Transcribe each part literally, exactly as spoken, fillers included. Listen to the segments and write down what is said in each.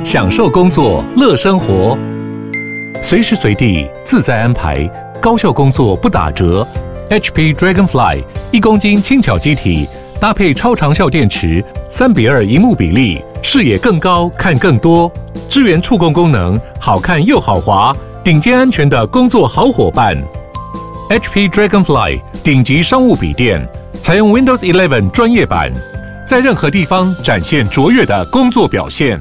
享受工作，乐生活，随时随地自在安排，高效工作不打折。H P Dragonfly 一公斤轻巧机体，搭配超长效电池，三比二萤幕比例，视野更高，看更多。支援触控功能，好看又好滑，顶尖安全的工作好伙伴。H P Dragonfly 顶级商务笔电，采用 Windows 十一专业版，在任何地方展现卓越的工作表现。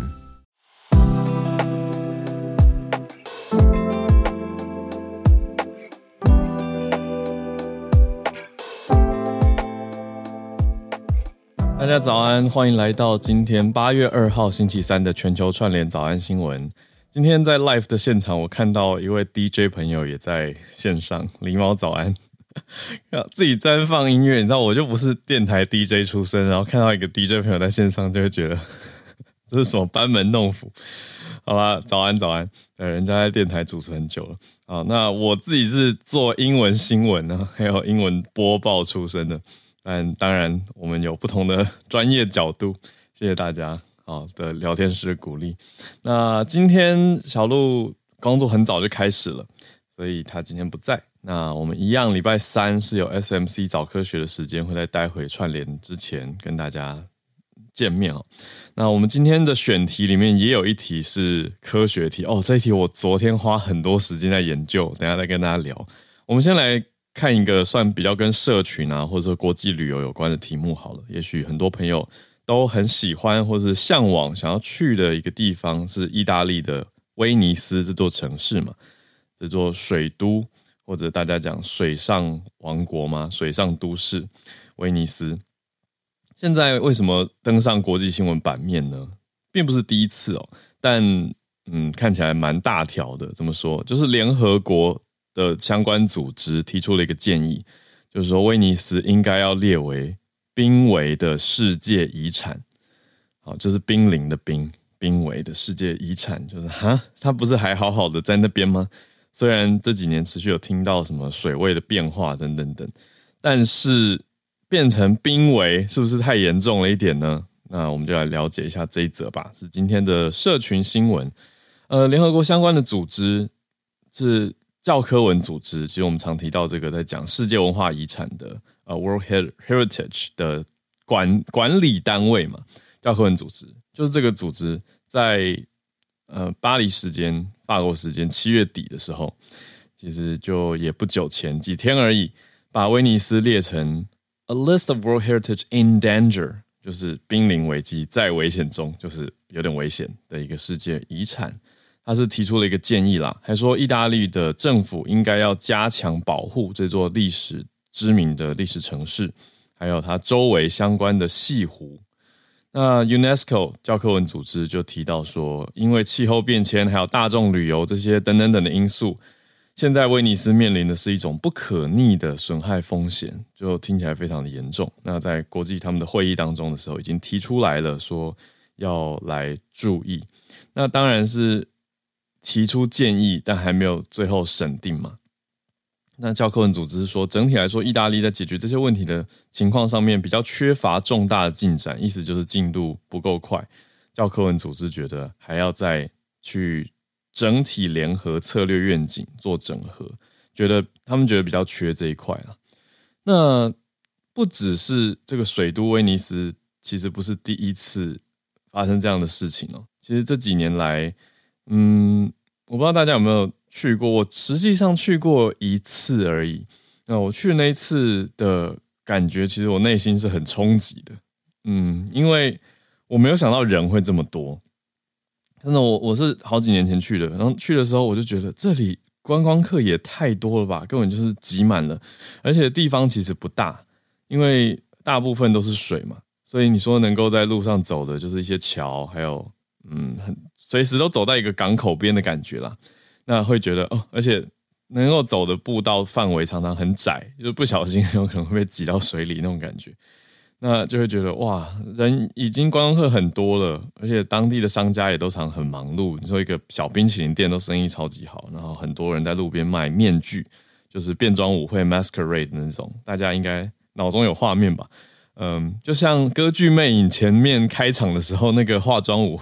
大家早安，欢迎来到今天八月二号星期三的全球串联早安新闻。今天在 live 的现场，我看到一位 D J 朋友也在线上，狸猫早安，自己在放音乐。你知道，我就不是电台 D J 出身，然后看到一个 D J 朋友在线上，就会觉得这是什么班门弄斧。好啦，早安早安，对，人家在电台主持很久了。好，那我自己是做英文新闻啊，还有英文播报出身的。但当然，我们有不同的专业角度，谢谢大家好的聊天室的鼓励。那今天小鹿工作很早就开始了，所以他今天不在。那我们一样，礼拜三是有 S M C 早科学的时间，会在待会串联之前跟大家见面哦。那我们今天的选题里面也有一题是科学题哦，这一题我昨天花很多时间在研究，等一下再跟大家聊。我们先来看一个算比较跟社群啊，或者说国际旅游有关的题目好了。也许很多朋友都很喜欢或是向往想要去的一个地方是意大利的威尼斯这座城市嘛，这座水都，或者大家讲水上王国嘛，水上都市威尼斯。现在为什么登上国际新闻版面呢？并不是第一次哦，但嗯，看起来蛮大条的。怎么说？就是联合国的相关组织提出了一个建议，就是说威尼斯应该要列为濒危的世界遗产。好，就是濒临的濒，濒危的世界遗产，就是哈，它不是还好好的在那边吗？虽然这几年持续有听到什么水位的变化等等等，但是变成濒危是不是太严重了一点呢？那我们就来了解一下这一则吧，是今天的社群新闻。呃，联合国相关的组织是教科文组织，其实我们常提到这个在讲世界文化遗产的呃 World Heritage 的管管理单位嘛，教科文组织就是这个组织在呃巴黎时間法国时间七月底的时候，其实就也不久前几天而已，把威尼斯列成 A list of World Heritage in danger， 就是濒临危机，在危险中，就是有点危险的一个世界遗产。他是提出了一个建议啦，还说意大利的政府应该要加强保护这座历史知名的历史城市，还有它周围相关的西湖。那 UNESCO 教科文组织就提到说，因为气候变迁还有大众旅游这些等等等的因素，现在威尼斯面临的是一种不可逆的损害风险，就听起来非常的严重。那在国际他们的会议当中的时候已经提出来了，说要来注意。那当然是提出建议，但还没有最后审定嘛。那教科文组织说，整体来说，意大利在解决这些问题的情况上面比较缺乏重大的进展，意思就是进度不够快。教科文组织觉得还要再去整体联合策略愿景做整合，觉得他们觉得比较缺这一块啦。那不只是这个水都威尼斯，其实不是第一次发生这样的事情哦。其实这几年来，嗯，我不知道大家有没有去过，我实际上去过一次而已。那我去那一次的感觉，其实我内心是很冲击的，嗯，因为我没有想到人会这么多。真的，我我是好几年前去的，然后去的时候我就觉得这里观光客也太多了吧，根本就是挤满了，而且地方其实不大，因为大部分都是水嘛，所以你说能够在路上走的就是一些桥，还有嗯，很随时都走在一个港口边的感觉啦。那会觉得哦，而且能够走的步道范围常常很窄，就是不小心有可能会被挤到水里那种感觉。那就会觉得哇，人已经观光客很多了，而且当地的商家也都常很忙碌。你说一个小冰淇淋店都生意超级好，然后很多人在路边卖面具，就是变装舞会 masquerade 那种，大家应该脑中有画面吧？嗯，就像歌剧魅影前面开场的时候那个化妆舞会，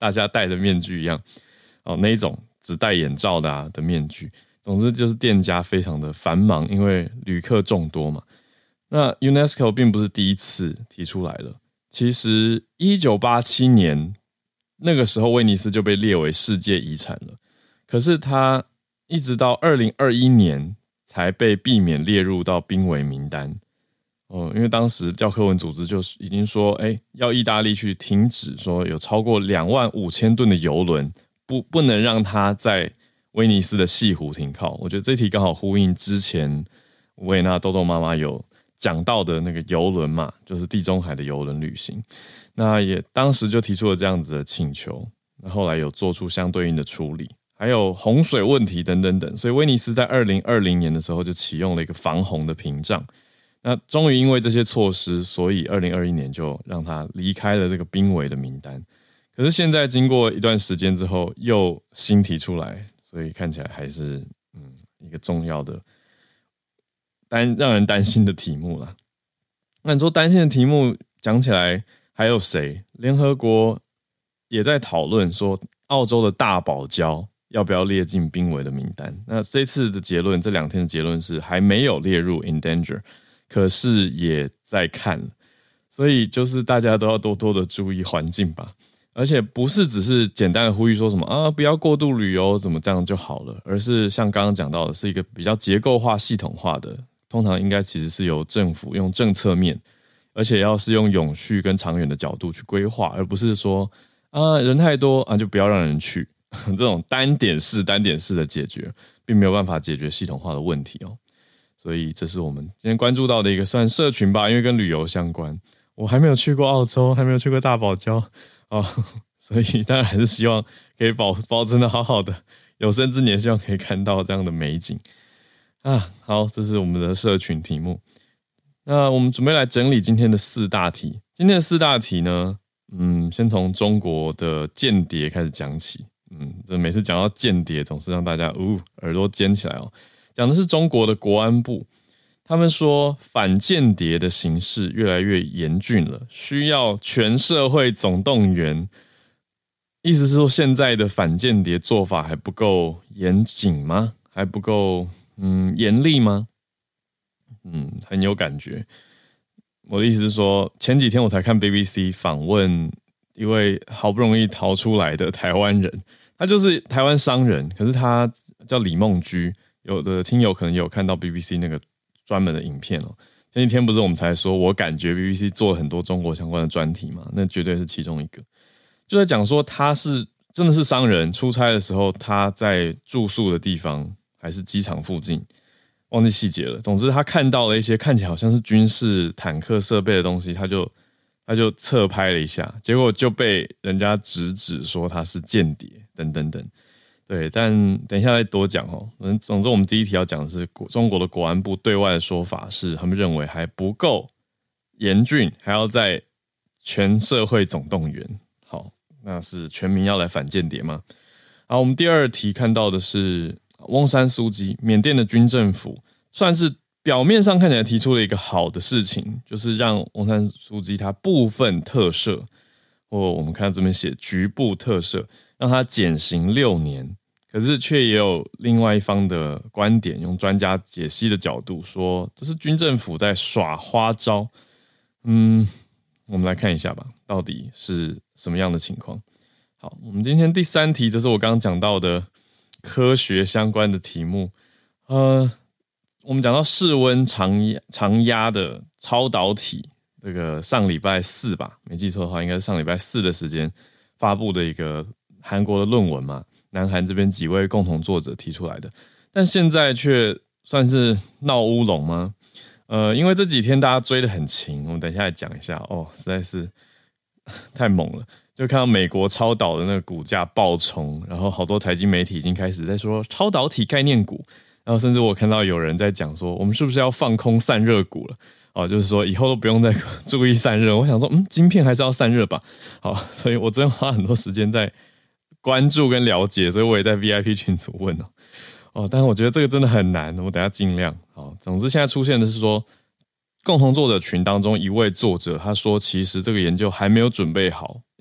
大家戴的面具一样哦，那一种只戴眼罩的啊的面具。总之就是店家非常的繁忙，因为旅客众多嘛。那 UNESCO 并不是第一次提出来了，其实一九八七年那个时候威尼斯就被列为世界遗产了，可是它一直到二零二一年才被避免列入到濒危名单。哦，因为当时教科文组织就已经说，哎，要意大利去停止说有超过两万五千吨的邮轮，不不能让它在威尼斯的西湖停靠。我觉得这题刚好呼应之前维纳豆豆妈妈有讲到的那个邮轮嘛，就是地中海的邮轮旅行。那也当时就提出了这样子的请求，那后来有做出相对应的处理，还有洪水问题等等等，所以威尼斯在二零二零年的时候就启用了一个防洪的屏障。那终于因为这些措施，所以二零二一年就让他离开了这个濒危的名单。可是现在经过一段时间之后，又新提出来，所以看起来还是嗯一个重要的担让人担心的题目啦。那你说担心的题目讲起来还有谁？联合国也在讨论说，澳洲的大堡礁要不要列进濒危的名单？那这次的结论，这两天的结论是还没有列入 endanger。可是也在看，所以就是大家都要多多的注意环境吧，而且不是只是简单的呼吁说什么啊不要过度旅游怎么这样就好了，而是像刚刚讲到的是一个比较结构化系统化的，通常应该其实是由政府用政策面，而且要是用永续跟长远的角度去规划，而不是说啊人太多啊就不要让人去这种单点式单点式的解决，并没有办法解决系统化的问题哦。所以这是我们今天关注到的一个算社群吧，因为跟旅游相关。我还没有去过澳洲，还没有去过大堡礁哦，所以当然还是希望可以保保存的好好的，有生之年希望可以看到这样的美景啊。好，这是我们的社群题目。那我们准备来整理今天的四大题。今天的四大题呢，嗯，先从中国的间谍开始讲起。嗯，这每次讲到间谍，总是让大家呜耳朵尖起来哦。讲的是中国的国安部，他们说反间谍的形势越来越严峻了，需要全社会总动员。意思是说，现在的反间谍做法还不够严谨吗？还不够嗯严厉吗？嗯，很有感觉。我的意思是说，前几天我才看 B B C 访问一位好不容易逃出来的台湾人，他就是台湾商人，可是他叫李梦居。有的听友可能有看到 B B C 那个专门的影片哦。前几天不是我们才说，我感觉 B B C 做了很多中国相关的专题嘛，那绝对是其中一个。就在讲说他是真的是商人，出差的时候他在住宿的地方还是机场附近，忘记细节了。总之他看到了一些看起来好像是军事坦克设备的东西，他就他就侧拍了一下，结果就被人家直指说他是间谍等等等。对，但等一下再多讲哦。总之，我们第一题要讲的是中国的国安部对外的说法是，他们认为还不够严峻，还要在全社会总动员。好，那是全民要来反间谍吗？好，我们第二题看到的是翁山苏姬，缅甸的军政府算是表面上看起来提出了一个好的事情，就是让翁山苏姬他部分特赦，或我们看这边写局部特赦，让他减刑六年。可是却也有另外一方的观点，用专家解析的角度说，这是军政府在耍花招。嗯，我们来看一下吧，到底是什么样的情况。好，我们今天第三题，这是我刚刚讲到的科学相关的题目。呃，我们讲到室温常压常压的超导体，这个上礼拜四吧，没记错的话，应该是上礼拜四的时间发布的一个韩国的论文嘛。南韩这边几位共同作者提出来的，但现在却算是闹乌龙吗？呃，因为这几天大家追得很勤，我们等一下来讲一下哦，实在是太猛了，就看到美国超导的那个股价爆冲，然后好多财经媒体已经开始在说超导体概念股，然后甚至我看到有人在讲说，我们是不是要放空散热股了？哦，就是说以后都不用再注意散热。我想说，嗯，晶片还是要散热吧。好，所以我真的花很多时间在关注跟了解，所以我也在 V I P 群组问哦，哦，但是我觉得这个真的很难，我等一下尽量。好，总之现在出现的是说，共同作者群当中一位作者他说，其实这个研究还没有准备好，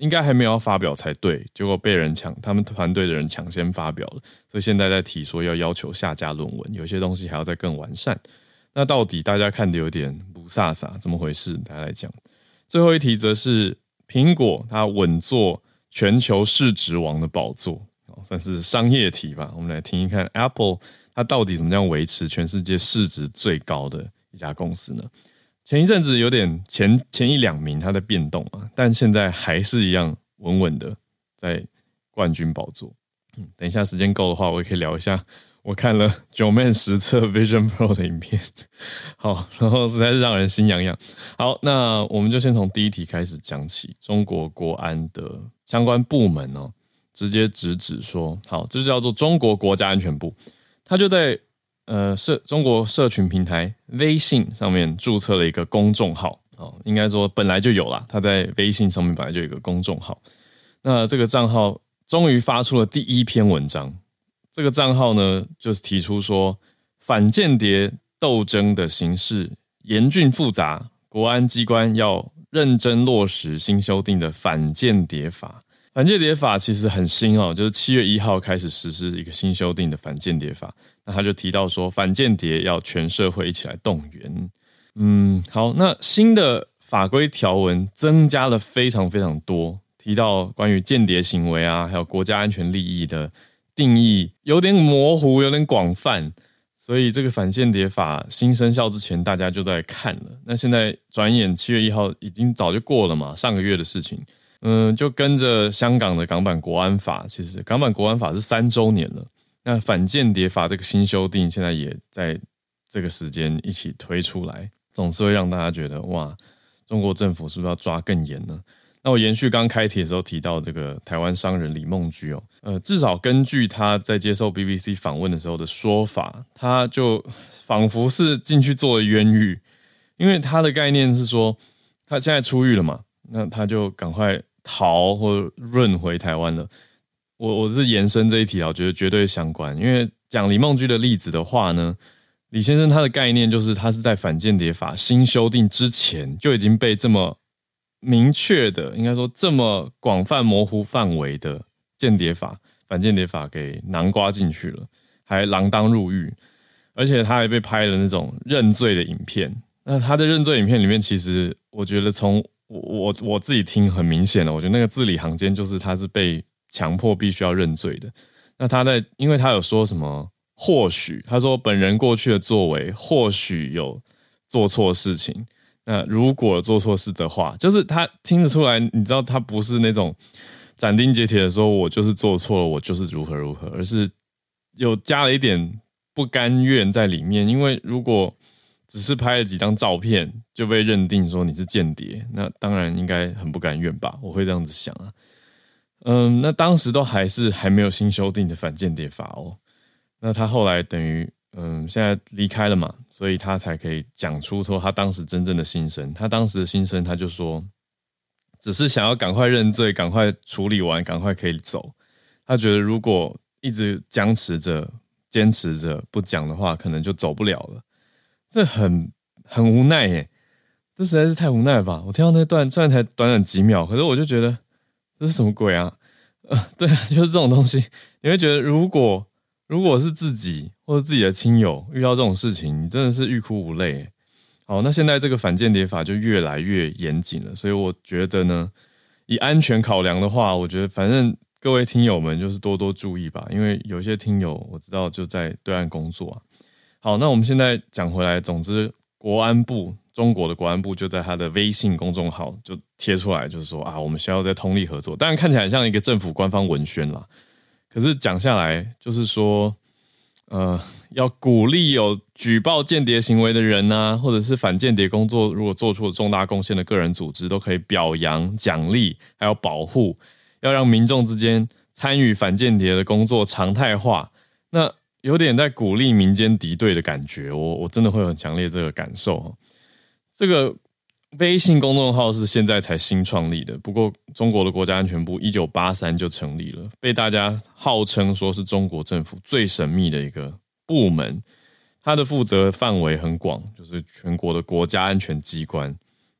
应该还没有要发表才对，结果被人抢，他们团队的人抢先发表了，所以现在在提说要要求下架论文，有些东西还要再更完善。那到底大家看的有点不飒飒，怎么回事？大家来讲。最后一题则是苹果，它稳坐全球市值王的宝座，算是商业题吧。我们来听一看 Apple 它到底怎么样维持全世界市值最高的一家公司呢？前一阵子有点前前一两名它在变动啊，但现在还是一样稳稳的在冠军宝座。嗯，等一下时间够的话，我也可以聊一下我看了九 man 实测 Vision Pro 的影片。好，然后实在是让人心痒痒。好，那我们就先从第一题开始讲起。中国国安的相关部门哦，直接直指说，好，这就叫做中国国家安全部，他就在呃，社中国社群平台微信上面注册了一个公众号，哦，应该说本来就有啦，他在微信上面本来就有一个公众号。那这个账号终于发出了第一篇文章，这个账号呢，就是提出说，反间谍斗争的形势严峻复杂，国安机关要认真落实新修订的反间谍法。反间谍法其实很新哦，就是七月一号开始实施一个新修订的反间谍法。那他就提到说，反间谍要全社会一起来动员。嗯，好，那新的法规条文增加了非常非常多，提到关于间谍行为啊，还有国家安全利益的定义有点模糊，有点广泛。所以这个反间谍法新生效之前，大家就在看了。那现在转眼七月一号已经早就过了嘛，上个月的事情。嗯，就跟着香港的港版国安法，其实港版国安法是三周年了。那反间谍法这个新修订，现在也在这个时间一起推出来，总是会让大家觉得，哇，中国政府是不是要抓更严呢？那我延续刚开题的时候提到这个台湾商人李孟居哦，呃，至少根据他在接受 B B C 访问的时候的说法，他就仿佛是进去做了冤狱，因为他的概念是说，他现在出狱了嘛，那他就赶快逃或润回台湾了。我我是延伸这一题啊，我觉得绝对相关。因为讲李孟居的例子的话呢，李先生他的概念就是他是在反间谍法新修订之前就已经被这么明确的，应该说这么广泛模糊范围的间谍法、反间谍法给囊括进去了，还锒铛入狱，而且他还被拍了那种认罪的影片。那他的认罪影片里面，其实我觉得从我我我自己听很明显了，我觉得那个字里行间就是他是被强迫必须要认罪的。那他在，因为他有说什么，或许他说本人过去的作为或许有做错事情，那如果做错事的话，就是他听得出来，你知道他不是那种斩钉截铁的说我就是做错了，我就是如何如何，而是有加了一点不甘愿在里面。因为如果只是拍了几张照片就被认定说你是间谍，那当然应该很不甘愿吧，我会这样子想啊。嗯，那当时都还是还没有新修订的反间谍法哦。那他后来等于嗯现在离开了嘛，所以他才可以讲出说他当时真正的心声。他当时的心声，他就说，只是想要赶快认罪，赶快处理完，赶快可以走。他觉得如果一直僵持着、坚持着不讲的话，可能就走不了了。这很很无奈耶，这实在是太无奈了吧！我听到那段虽然才短短几秒，可是我就觉得这是什么鬼啊？呃，对啊，就是这种东西，你会觉得如果如果是自己或者自己的亲友遇到这种事情，你真的是欲哭无泪耶。好，那现在这个反间谍法就越来越严谨了，所以我觉得呢，以安全考量的话，我觉得反正各位听友们就是多多注意吧，因为有些听友我知道就在对岸工作啊。好，那我们现在讲回来，总之国安部，中国的国安部就在他的微信公众号就贴出来，就是说啊，我们需要在通力合作。当然看起来像一个政府官方文宣啦，可是讲下来就是说，呃，要鼓励有举报间谍行为的人啊，或者是反间谍工作如果做出了重大贡献的个人组织，都可以表扬、奖励，还有保护，要让民众之间参与反间谍的工作常态化。那有点在鼓励民间敌对的感觉，我我真的会有很强烈这个感受。这个微信公众号是现在才新创立的，不过中国的国家安全部一九八三就成立了，被大家号称说是中国政府最神秘的一个部门，它的负责范围很广，就是全国的国家安全机关。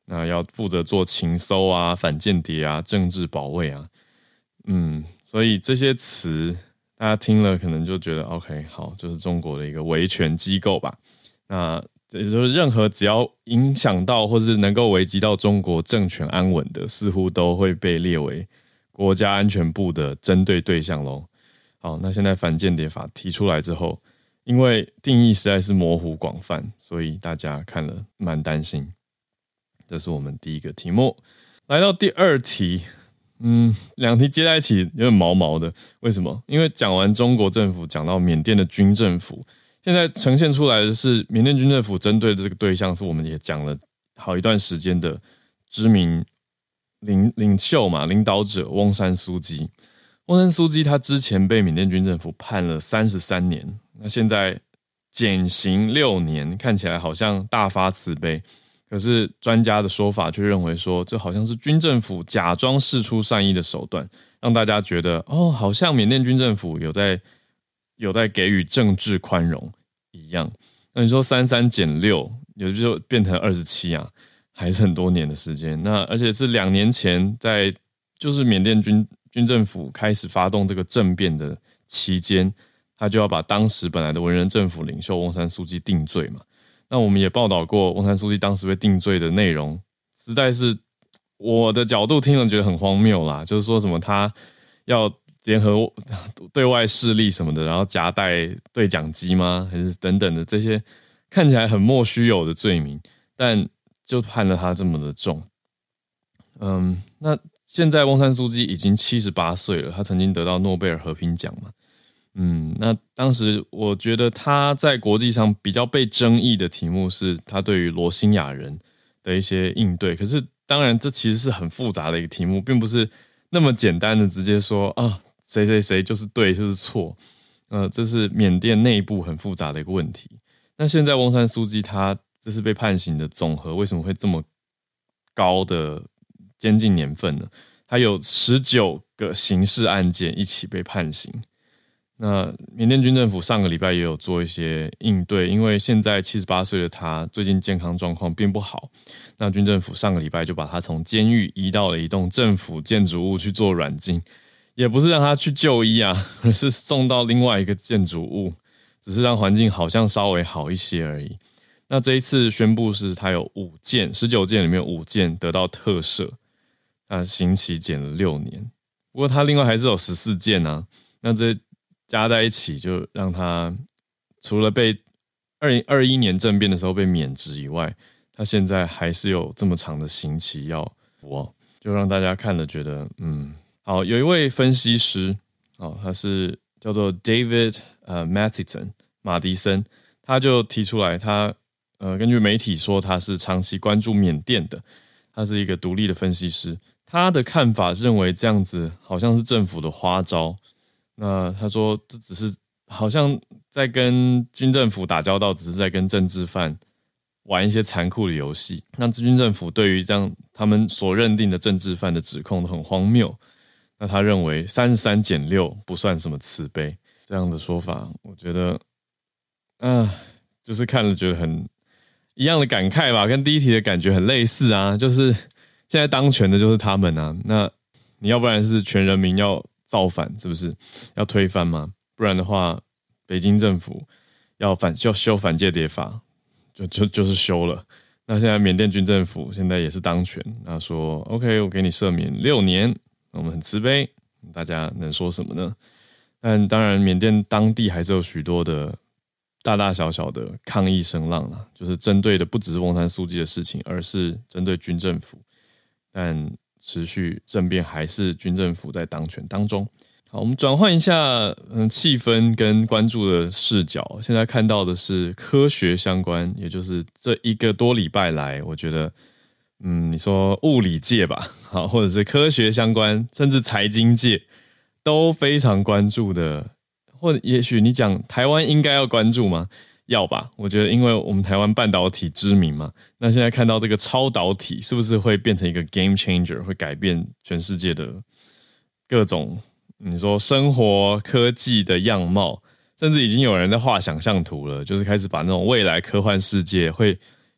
那要负责做情搜啊、反间谍啊、政治保卫啊，嗯，所以这些词大家听了可能就觉得 OK 好，就是中国的一个维权机构吧。那也就是任何只要影响到或是能够危及到中国政权安稳的，似乎都会被列为国家安全部的针对对象咯。好，那现在反间谍法提出来之后，因为定义实在是模糊广泛，所以大家看了蛮担心。这是我们第一个题目。来到第二题，嗯，两题接在一起有点毛毛的。为什么？因为讲完中国政府，讲到缅甸的军政府，现在呈现出来的是缅甸军政府针对的这个对象，是我们也讲了好一段时间的知名领领袖嘛，领导者翁山苏姬。翁山苏姬他之前被缅甸军政府判了三十三年，那现在减刑六年，看起来好像大发慈悲。可是专家的说法却认为说，这好像是军政府假装释出善意的手段，让大家觉得哦，好像缅甸军政府有在有在给予政治宽容一样。那你说三三减六，也就变成二十七啊，还是很多年的时间。那而且是两年前在就是缅甸军军政府开始发动这个政变的期间，他就要把当时本来的文人政府领袖翁山苏姬定罪嘛。那我们也报道过翁山苏姬当时被定罪的内容，实在是我的角度听了觉得很荒谬啦，就是说什么他要联合对外势力什么的，然后夹带对讲机吗？还是等等的这些看起来很莫须有的罪名，但就判了他这么的重。嗯，那现在翁山苏姬已经七十八岁了，他曾经得到诺贝尔和平奖嘛。嗯，那当时我觉得他在国际上比较被争议的题目是他对于罗兴亚人的一些应对。可是当然这其实是很复杂的一个题目，并不是那么简单的直接说啊谁谁谁就是对就是错。呃，这是缅甸内部很复杂的一个问题。那现在翁山苏姬他这次被判刑的总和为什么会这么高的监禁年份呢？他有十九个刑事案件一起被判刑。那缅甸军政府上个礼拜也有做一些应对，因为现在七十八岁的他最近健康状况并不好，那军政府上个礼拜就把他从监狱移到了一栋政府建筑物去做软禁，也不是让他去就医啊，而是送到另外一个建筑物，只是让环境好像稍微好一些而已。那这一次宣布是他有五件，十九件里面五件得到特赦，那刑期减了六年。不过他另外还是有十四件啊，那这加在一起就让他除了被二零二一年政变的时候被免职以外，他现在还是有这么长的刑期要服哦，就让大家看了觉得嗯好。有一位分析师哦，他是叫做 David 呃 Matheson 马迪森，他就提出来他呃根据媒体说他是长期关注缅甸的，他是一个独立的分析师，他的看法认为这样子好像是政府的花招。那他说这只是好像在跟军政府打交道，只是在跟政治犯玩一些残酷的游戏。那军政府对于这样他们所认定的政治犯的指控都很荒谬。那他认为三十三减六不算什么慈悲，这样的说法我觉得啊，就是看了觉得很一样的感慨吧，跟第一题的感觉很类似啊，就是现在当权的就是他们啊，那你要不然是全人民要造反，是不是要推翻吗？不然的话北京政府要反要修反间谍法就就就是修了。那现在缅甸军政府现在也是当权，那说 OK 我给你赦免六年，我们很慈悲，大家能说什么呢？但当然缅甸当地还是有许多的大大小小的抗议声浪啦，就是针对的不只是翁山苏姬的事情，而是针对军政府，但持续政变还是军政府在当权当中。好，我们转换一下嗯气氛跟关注的视角，现在看到的是科学相关，也就是这一个多礼拜来，我觉得嗯你说物理界吧，好，或者是科学相关，甚至财经界都非常关注的，或者也许你讲台湾应该要关注吗？要吧，我觉得因为我们台湾半导体知名嘛，那现在看到这个超导体是不是会变成一个 game changer， 会改变全世界的各种你说生活科技的样貌，甚至已经有人在画想象图了，就是开始把那种未来科幻世界会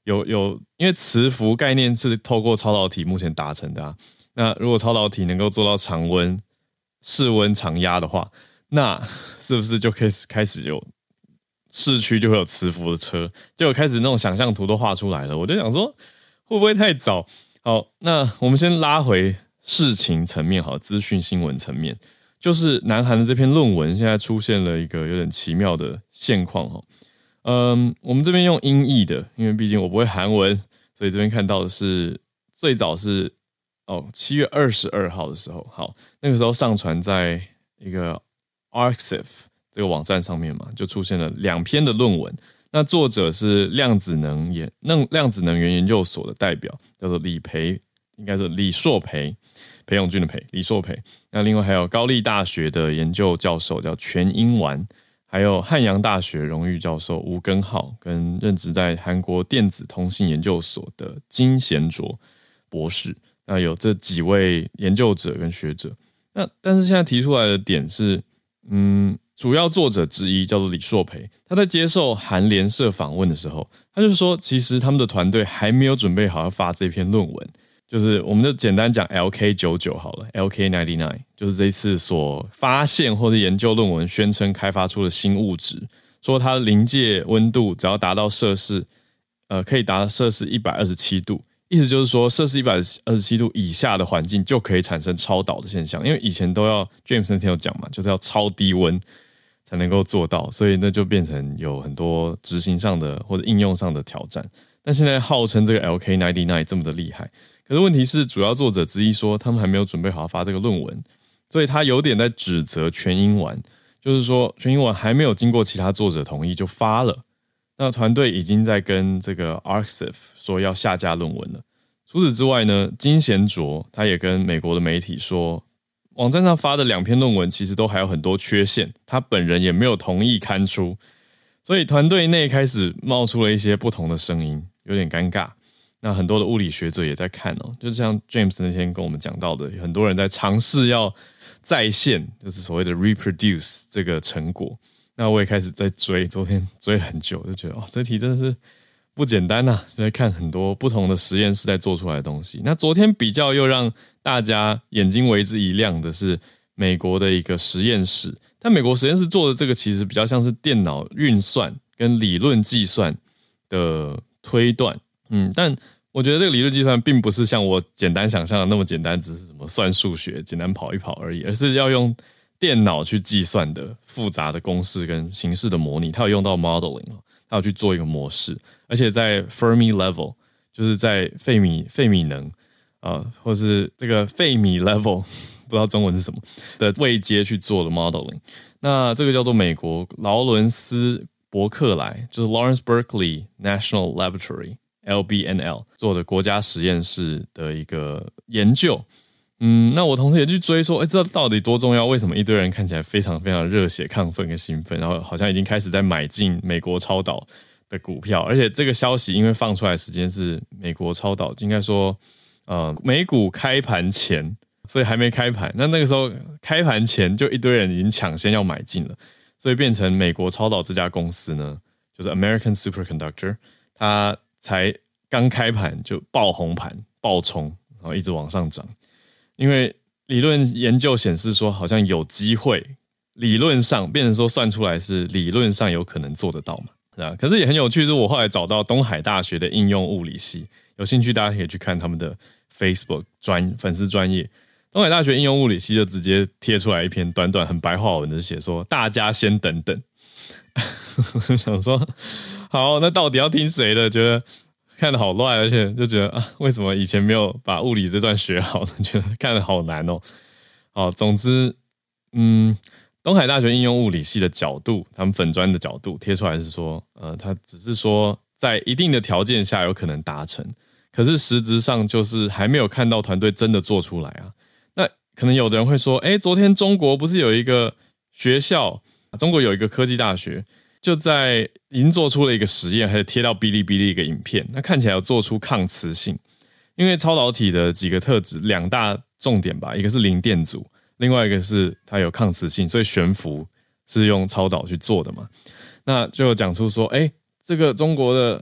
有有，因为磁浮概念是透过超导体目前达成的啊。那如果超导体能够做到常温、室温常压的话，那是不是就可以开始有市区就会有磁浮的车，就有开始那种想象图都画出来了？我就想说，会不会太早？好，那我们先拉回事情层面，好，资讯新闻层面，就是南韩的这篇论文现在出现了一个有点奇妙的现况哈。嗯，我们这边用英译的，因为毕竟我不会韩文，所以这边看到的是最早是哦七月二十二号的时候，好，那个时候上传在一个 Arxiv 这个网站上面嘛，就出现了两篇的论文。那作者是量子能研量子能源研究所的代表，叫做李培，应该是李硕培，裴永俊的裴，李硕培。那另外还有高丽大学的研究教授叫全英完。还有汉阳大学荣誉教授吴根浩，跟任职在韩国电子通信研究所的金贤卓博士，那有这几位研究者跟学者。那但是现在提出来的点是，嗯，主要作者之一叫做李硕培，他在接受韩联社访问的时候，他就说，其实他们的团队还没有准备好要发这篇论文。就是我们就简单讲 L K 九十九 好了 ，L K 九十九 就是这一次所发现或者研究论文宣称开发出的新物质，说它临界温度只要达到摄氏，呃，可以达到摄氏一百二十七度，意思就是说摄氏一百二十七度以下的环境就可以产生超导的现象，因为以前都要 James 那天有讲嘛，就是要超低温才能够做到，所以那就变成有很多执行上的或者应用上的挑战。但现在号称这个 L K 九十九 这么的厉害。可是问题是，主要作者之一说他们还没有准备好要发这个论文，所以他有点在指责全英完，就是说全英完还没有经过其他作者同意就发了，那团队已经在跟这个 Arxiv 说要下架论文了。除此之外呢，金贤卓他也跟美国的媒体说，网站上发的两篇论文其实都还有很多缺陷，他本人也没有同意刊出，所以团队内开始冒出了一些不同的声音，有点尴尬。那很多的物理学者也在看哦，就像 James 那天跟我们讲到的，很多人在尝试要再现，就是所谓的 reproduce 这个成果。那我也开始在追，昨天追很久，就觉得哦，这题真的是不简单啊，就在看很多不同的实验室在做出来的东西。那昨天比较又让大家眼睛为之一亮的是美国的一个实验室，但美国实验室做的这个其实比较像是电脑运算跟理论计算的推断，嗯，但我觉得这个理论计算并不是像我简单想象的那么简单，只是什么算数学，简单跑一跑而已，而是要用电脑去计算的复杂的公式跟形式的模拟。它有用到 modeling， 它有去做一个模式，而且在 Fermi level， 就是在费米费米能啊、呃，或是这个费米 level， 不知道中文是什么的位阶去做的 modeling。那这个叫做美国劳伦斯伯克莱，就是 Lawrence Berkeley National Laboratory。L B N L 做的国家实验室的一个研究，嗯，那我同时也去追说，哎，这到底多重要？为什么一堆人看起来非常非常热血、亢奋跟兴奋，然后好像已经开始在买进美国超导的股票？而且这个消息因为放出来的时间是美国超导，应该说，呃，美股开盘前，所以还没开盘。那那个时候开盘前就一堆人已经抢先要买进了，所以变成美国超导这家公司呢，就是 American Superconductor， 它才刚开盘就爆红盘爆冲，然后一直往上涨，因为理论研究显示说好像有机会，理论上变成说算出来是理论上有可能做得到嘛，对吧？可是也很有趣，是我后来找到东海大学的应用物理系，有兴趣大家可以去看他们的 Facebook 专粉丝专页，东海大学应用物理系就直接贴出来一篇短短很白话文的写说大家先等等。我就想说好，那到底要听谁的？觉得看得好乱，而且就觉得啊，为什么以前没有把物理这段学好呢？觉得看得好难哦。好，总之，嗯，东海大学应用物理系的角度，他们粉专的角度贴出来是说，呃，他只是说在一定的条件下有可能达成，可是实质上就是还没有看到团队真的做出来啊。那可能有的人会说，哎，昨天中国不是有一个学校，中国有一个科技大学。就在已经做出了一个实验，还是贴到哔哩哔哩一个影片，那看起来有做出抗磁性，因为超导体的几个特质，两大重点吧，一个是零电阻，另外一个是它有抗磁性，所以悬浮是用超导去做的嘛。那就讲出说，哎，这个中国的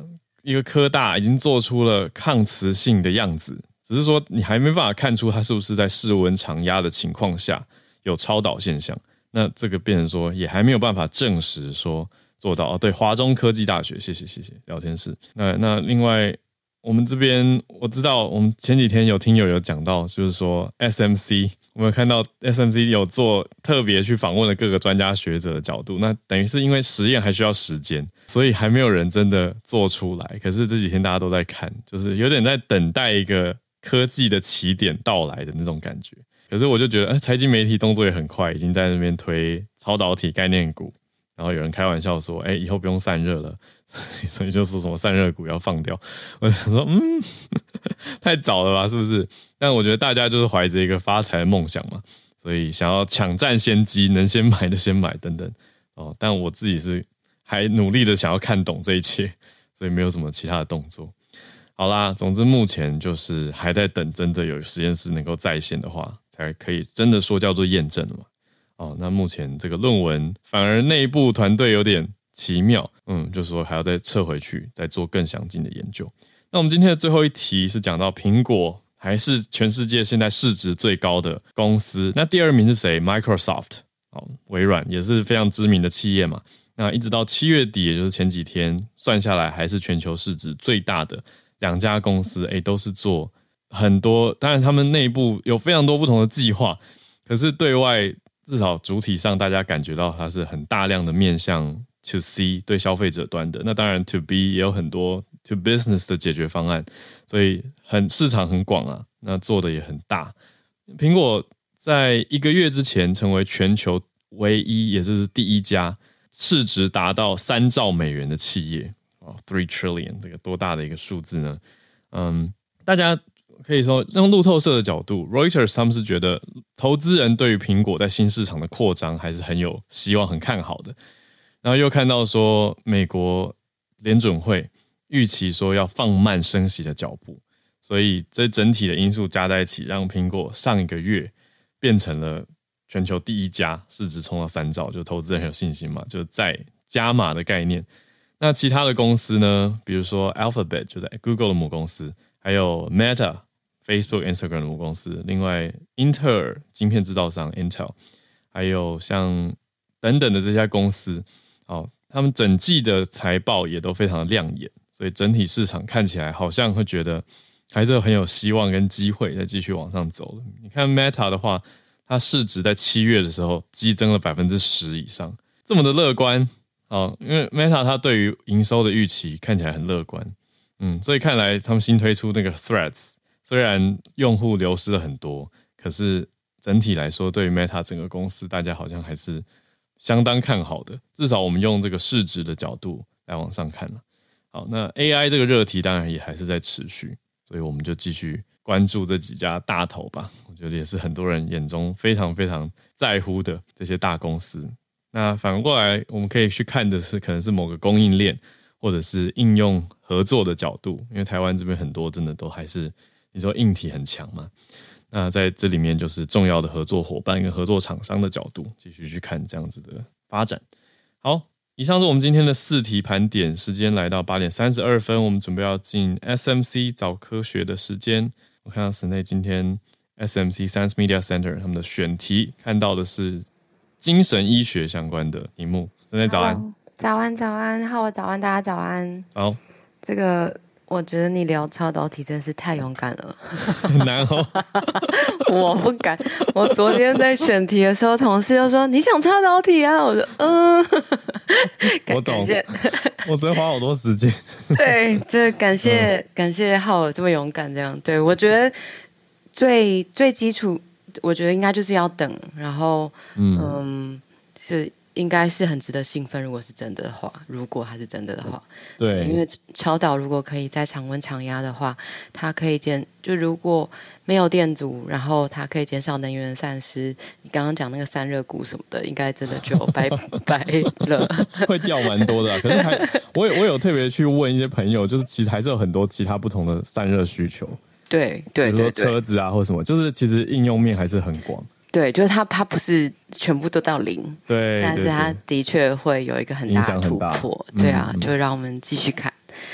一个科大已经做出了抗磁性的样子，只是说你还没办法看出它是不是在室温常压的情况下有超导现象。那这个变成说也还没有办法证实说做到。哦，对，华中科技大学，谢谢谢谢聊天室。那那另外我们这边我知道，我们前几天有听友有讲到，就是说 S M C， 我们有看到 S M C 有做特别去访问了各个专家学者的角度，那等于是因为实验还需要时间，所以还没有人真的做出来。可是这几天大家都在看，就是有点在等待一个科技的起点到来的那种感觉。可是我就觉得，哎，财经媒体动作也很快，已经在那边推超导体概念股，然后有人开玩笑说，哎，以后不用散热了。所以就说什么散热股要放掉，我想说，嗯，太早了吧，是不是？但我觉得大家就是怀着一个发财的梦想嘛，所以想要抢占先机，能先买的先买等等哦。但我自己是还努力的想要看懂这一切，所以没有什么其他的动作。好啦，总之目前就是还在等真的有实验室能够在线的话，才可以真的说叫做验证了嘛。哦，那目前这个论文反而内部团队有点奇妙，嗯，就是说还要再撤回去，再做更详尽的研究。那我们今天的最后一题是讲到苹果还是全世界现在市值最高的公司，那第二名是谁 ？Microsoft， 哦，微软也是非常知名的企业嘛。那一直到七月底，也就是前几天算下来，还是全球市值最大的两家公司，哎，都是做很多，当然他们内部有非常多不同的计划，可是对外至少主体上大家感觉到它是很大量的面向To C 对消费者端的，那当然 To B 也有很多 To Business 的解决方案，所以很市场很广啊，那做的也很大。苹果在一个月之前成为全球唯一，也就是第一家市值达到三兆美元的企业哦 ，three trillion 这个多大的一个数字呢？嗯，大家可以说用路透社的角度 ，Reuters 他们是觉得投资人对于苹果在新市场的扩张还是很有希望、很看好的。然后又看到说，美国联准会预期说要放慢升息的脚步，所以这整体的因素加在一起，让苹果上一个月变成了全球第一家，市值冲到三兆，就投资人很有信心嘛，就在加码的概念。那其他的公司呢，比如说 Alphabet 就是 Google 的母公司，还有 Meta、Facebook、Instagram 的母公司，另外英特尔晶片制造商 Intel， 还有像等等的这家公司。哦，他们整季的财报也都非常的亮眼，所以整体市场看起来好像会觉得还是很有希望跟机会再继续往上走的。你看 Meta 的话，它市值在七月的时候激增了 百分之十 以上，这么的乐观。哦，因为 Meta 它对于营收的预期看起来很乐观，嗯，所以看来他们新推出那个 Threads， 虽然用户流失了很多，可是整体来说对于 Meta 整个公司大家好像还是相当看好的，至少我们用这个市值的角度来往上看了。好，那 A I 这个热题当然也还是在持续，所以我们就继续关注这几家大头吧。我觉得也是很多人眼中非常非常在乎的这些大公司。那反过来，我们可以去看的是，可能是某个供应链或者是应用合作的角度，因为台湾这边很多真的都还是你说硬体很强嘛。那在这里面就是重要的合作伙伴跟合作厂商的角度，继续去看这样子的发展。好，以上是我们今天的四题盘点，时间来到八点三十二分，我们准备要进 S M C 早科学的时间。我看到室内今天 S M C Science Media Center 他们的选题看到的是精神医学相关的题目。室内早安， Hello, 早安早安，好，早安，大家早安。 好， 这个我觉得你聊超导体真是太勇敢了， 很难哦。 我不敢。我昨天在选题的时候，同事就说你想超导体啊，我说嗯， 我懂，我昨天花好多时间。 对，就是感谢、嗯、感谢浩尔这么勇敢，这样对我觉得最最基础，我觉得应该就是要等，然后嗯, 嗯是。应该是很值得兴奋，如果是真的的话，如果它是真的的话， 对， 因为超导如果可以在常温常压的话，它可以减，就如果没有电阻，然后它可以减少能源散失。你刚刚讲那个散热股什么的，应该真的就拜拜了， 会掉蛮多的、啊。可是还我有我有特别去问一些朋友，就是其实还是有很多其他不同的散热需求， 对对对， 比如说车子啊或什么，就是其实应用面还是很广。 对，就是它，它不是全部都到零， 对， 但是它的确会有一个很大的突破，对啊， 嗯、 就让我们继续看。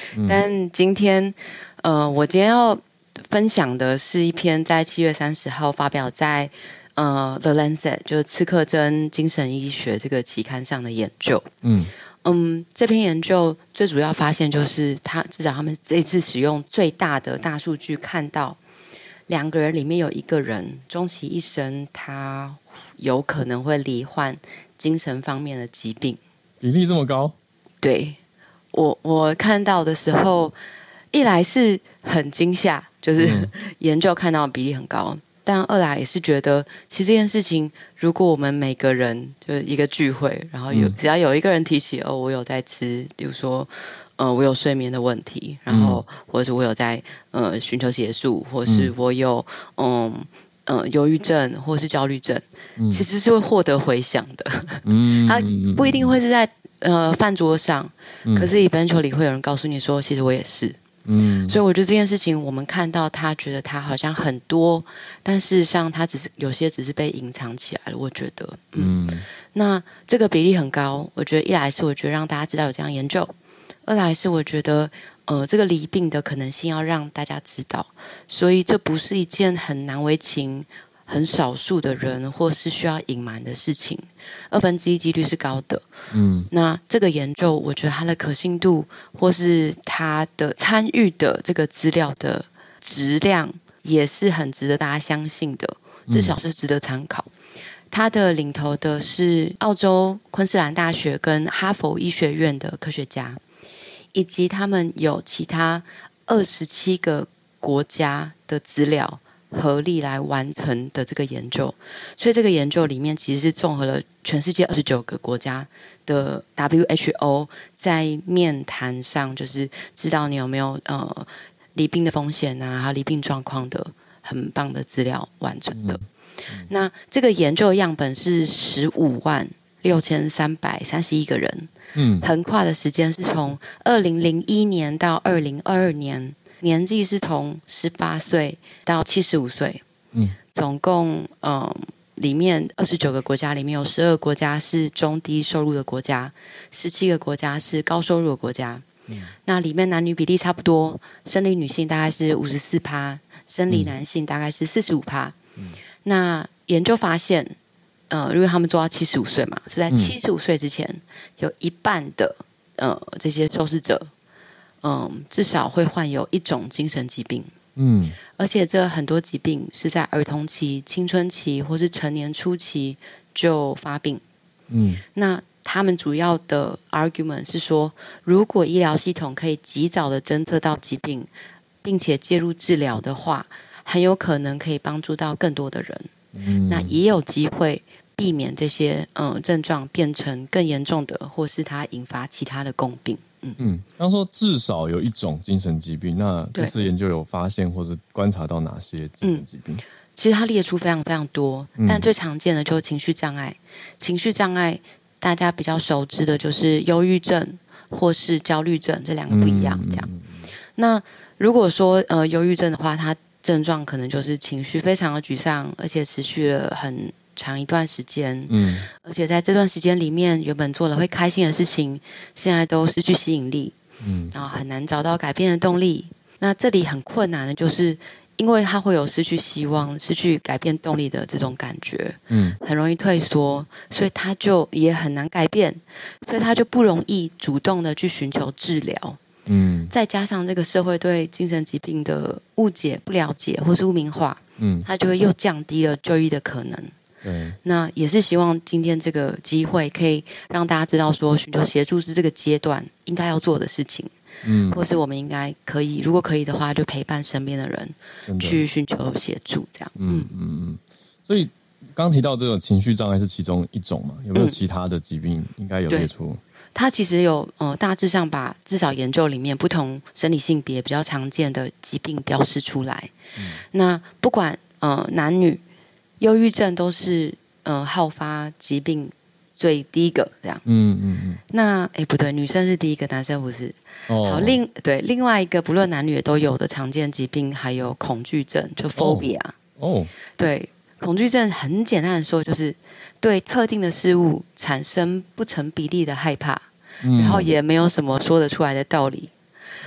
嗯、但今天，呃，我今天要分享的是一篇在七月三十号发表在呃《The Lancet》就是《刺客针精神医学》这个期刊上的研究。嗯嗯，这篇研究最主要发现就是，他至少他们这次使用最大的大数据看到，两个人里面有一个人终其一生，他有可能会罹患精神方面的疾病。 比例这么高？对， 我我看到的时候，一来是很惊吓，就是、嗯、研究看到的比例很高，但二来也是觉得，其实这件事情，如果我们每个人就是一个聚会，然后有、嗯、只要有一个人提起哦，我有在吃，比如说，呃，我有睡眠的问题，然后、嗯、或者是我有在呃寻求协助，或是我有嗯呃忧郁症或是焦虑症、嗯，其实是会获得回响的。嗯，它不一定会是在呃饭桌上，嗯、可是 eventually 会有人告诉你说，其实我也是。嗯，所以我觉得这件事情，我们看到他觉得他好像很多，但事实上他只是有些只是被隐藏起来了。我觉得，嗯，嗯那这个比例很高。我觉得一来是我觉得让大家知道有这样研究，二来是我觉得呃这个罹病的可能性要让大家知道，所以这不是一件很难为情、很少数的人或是需要隐瞒的事情，二分之一几率是高的。嗯，那这个研究，我觉得它的可信度或是它的参与的这个资料的质量，也是很值得大家相信的，至少是值得参考。它的领头的是澳洲昆士兰大学跟哈佛医学院的科学家，以及他们有其他二十七个国家的资料合力来完成的这个研究，所以这个研究里面其实是综合了全世界二十九个国家的 W H O 在面谈上，就是知道你有没有呃罹病的风险啊，还有罹病状况的很棒的资料完成的。嗯嗯、那这个研究样本是十五万六千三百三十一个人，嗯，横跨的时间是从二零零一年到二零二二年。年纪是从十八岁到七十五岁，嗯，总共嗯里面二十九个国家里面有十二个国家是中低收入的国家，十七个国家是高收入的国家。嗯，那里面男女比例差不多，生理女性大概是五十四趴，生理男性大概是四十五趴。嗯，那研究发现，呃，因为他们做到七十五岁嘛，所以在七十五岁之前，嗯、有一半的呃这些受试者。嗯，至少会患有一种精神疾病，嗯，而且这很多疾病是在儿童期、青春期或是成年初期就发病，嗯，那他们主要的 argument 是说，如果医疗系统可以及早的侦测到疾病，并且介入治疗的话，很有可能可以帮助到更多的人，嗯，那也有机会避免这些嗯症状变成更严重的，或是它引发其他的共病。 嗯嗯，刚说至少有一种精神疾病，那这次研究有发现或者观察到哪些精神疾病？嗯、 其实它列出非常非常多，嗯、但最常见的就是情绪障碍。情绪障碍大家比较熟知的就是忧郁症或是焦虑症，这两个不一样。这样，嗯、那如果说呃忧郁症的话，它症状可能就是情绪非常的沮丧，而且持续了很长一段时间，嗯，而且在这段时间里面，原本做了会开心的事情，现在都失去吸引力，嗯，然后很难找到改变的动力。那这里很困难的就是，因为他会有失去希望、失去改变动力的这种感觉，嗯，很容易退缩，所以他就也很难改变，所以他就不容易主动的去寻求治疗。嗯，再加上这个社会对精神疾病的误解、不了解或是污名化，嗯，他就会又降低了就医的可能。对，那也是希望今天这个机会可以让大家知道说，寻求协助是这个阶段应该要做的事情，嗯，或是我们应该可以，如果可以的话，就陪伴身边的人去寻求协助，这样。嗯嗯嗯。所以刚提到这种情绪障碍是其中一种嘛？有没有其他的疾病应该有列出？ 它其实有呃，大致上把至少研究里面不同生理性别比较常见的疾病标示出来。嗯、那不管呃男女。忧郁症都是呃好发疾病最第一个这样，嗯嗯嗯。那哎不对，女生是第一个，男生不是。哦。好，另对另外一个不论男女也都有的常见疾病，还有恐惧症，就 phobia。哦。对，恐惧症很简单的说，就是对特定的事物产生不成比例的害怕，嗯、然后也没有什么说得出来的道理。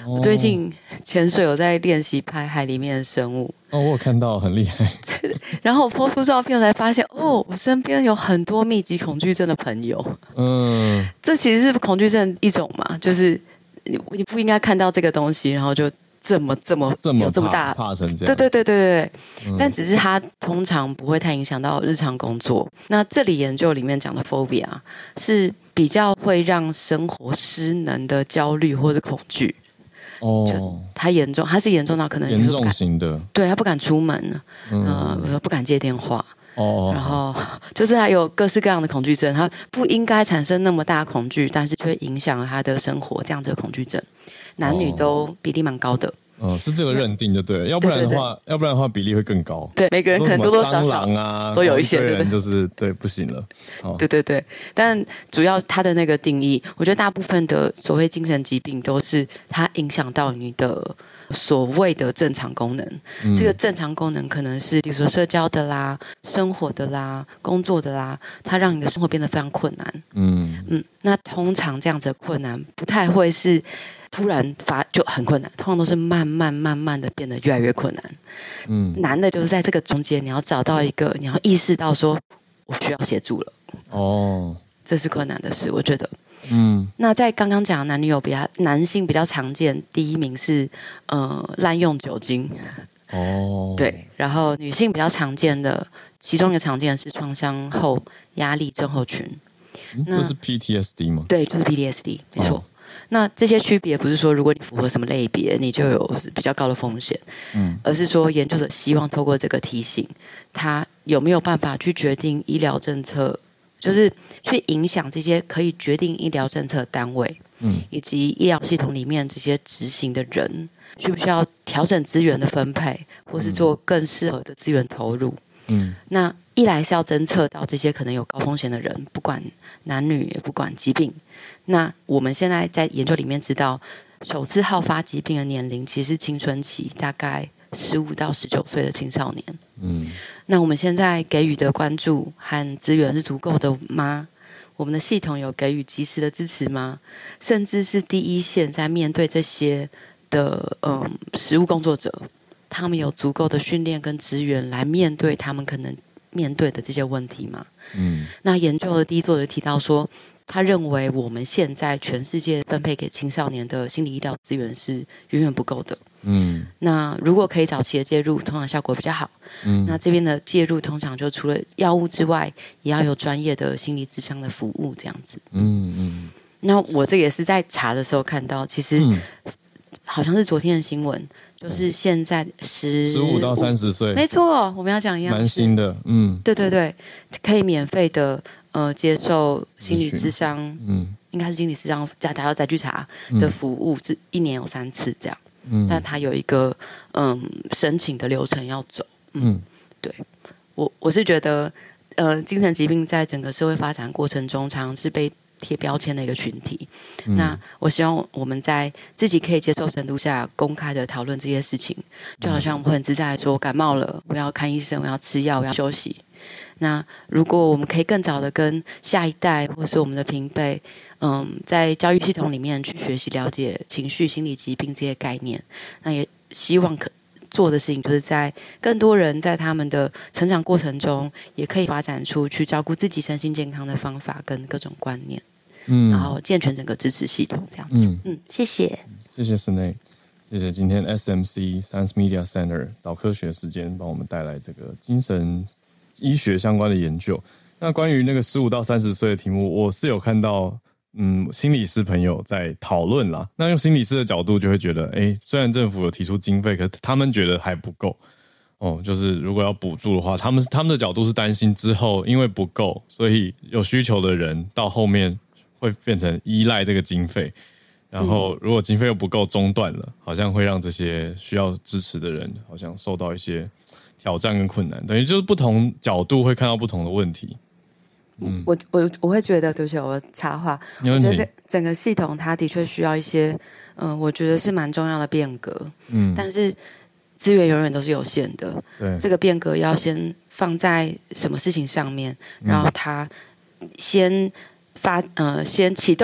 我最近潜水有在练习拍海里面的生物。 哦，我有看到，很厉害。 然后我 po 出照片才发现，哦，我身边有很多密集恐惧症的朋友。嗯，这其实是恐惧症一种嘛，就是你你不应该看到这个东西，然后就这么这么这么有这么大怕成这样。 对对对对对、嗯、但只是它通常不会太影响到日常工作。那这里研究里面讲的 phobia 是比较会让生活失能的焦虑或者恐惧。哦，他严重，他是严重到可能严重型的，对他不敢出门，嗯，呃、不敢接电话，哦，然后就是他有各式各样的恐惧症，他不应该产生那么大恐惧，但是却影响了他的生活，这样子的恐惧症，男女都比例蛮高的。 嗯，是这个认定就对了，要不然的话，对对对要不然的话比例会更高。 对，每个人可能多多少少蟑螂啊都有一些， 对对，就是对不行了。 哦、对对对，但主要它的那个定义，我觉得大部分的所谓精神疾病都是它影响到你的所谓的正常功能。嗯、这个正常功能可能是比如说社交的啦、生活的啦、工作的啦，它让你的生活变得非常困难。嗯嗯，那通常这样子的困难不太会是突然发就很困难，通常都是慢慢慢慢的变得越来越困难。嗯，难的就是在这个中间，你要找到一个，你要意识到说我需要协助了。哦，这是困难的事，我觉得。嗯，那在刚刚讲男女友比较男性比较常见，第一名是呃滥用酒精。哦，对，然后女性比较常见的，其中一个常见的是创伤后压力症候群。 嗯、这是 P T S D 吗？ 对，就是 P T S D， 没错。哦，那这些区别不是说如果你符合什么类别你就有比较高的风险，嗯，而是说研究者希望透过这个提醒他有没有办法去决定医疗政策，就是去影响这些可以决定医疗政策的单位，嗯，以及医疗系统里面这些执行的人需不需要调整资源的分配，或是做更适合的资源投入。嗯，那一来是要侦测到这些可能有高风险的人，不管男女也不管疾病。那我们现在在研究里面知道，首次好发疾病的年龄其实是青春期，大概十五到十九岁的青少年。嗯，那我们现在给予的关注和资源是足够的吗？我们的系统有给予及时的支持吗？甚至是第一线在面对这些的嗯实务工作者，他们有足够的训练跟资源来面对他们可能面对的这些问题吗？嗯，那研究的第一作者提到说，他认为我们现在全世界分配给青少年的心理医疗资源是远远不够的。嗯，那如果可以早期的介入，通常效果比较好。嗯，那这边的介入通常就除了药物之外，也要有专业的心理咨商的服务这样子。嗯嗯，那我这也是在查的时候看到，其实、嗯、好像是昨天的新闻。就是现在十十五到三十岁， 没错，我们要讲一样， 蛮新的，嗯， 对对对，可以免费的呃接受心理咨商，嗯，应该是心理咨商，大家要再去查的服务，这、嗯、一年有三次这样，嗯，但它有一个嗯申请的流程要走，嗯，嗯对我我是觉得呃精神疾病在整个社会发展过程中，常常是被贴标签的一个群体、嗯、那我希望我们在自己可以接受程度下公开的讨论这些事情，就好像我们会很自在的说感冒了我要看医生，我要吃药，我要休息。那如果我们可以更早的跟下一代或是我们的平辈嗯，在教育系统里面去学习了解情绪心理疾病这些概念，那也希望可做的事情就是在更多人在他们的成长过程中也可以发展出去照顾自己身心健康的方法跟各种观念，嗯，然后健全整个支持系统这样子。嗯，嗯谢谢， 谢谢 Snei， 谢谢今天 S M C Science Media Center 早科学时间帮我们带来这个精神医学相关的研究。那关于那个十五到三十岁的题目，我是有看到嗯，心理师朋友在讨论啦。那用心理师的角度就会觉得，哎，虽然政府有提出经费，可他们觉得还不够。哦，就是如果要补助的话，他们他们的角度是担心之后因为不够，所以有需求的人到后面会变成依赖这个经费，然后如果经费又不够中断了，好像会让这些需要支持的人好像受到一些挑战跟困难，等于就是不同角度会看到不同的问题。 嗯，我我我会觉得，对不起，我插话，我觉得这整个系统它的确需要一些，嗯、呃，我觉得是蛮重要的变革，嗯，但是资源永远都是有限的，对，这个变革要先放在什么事情上面，然后它先发呃先启动了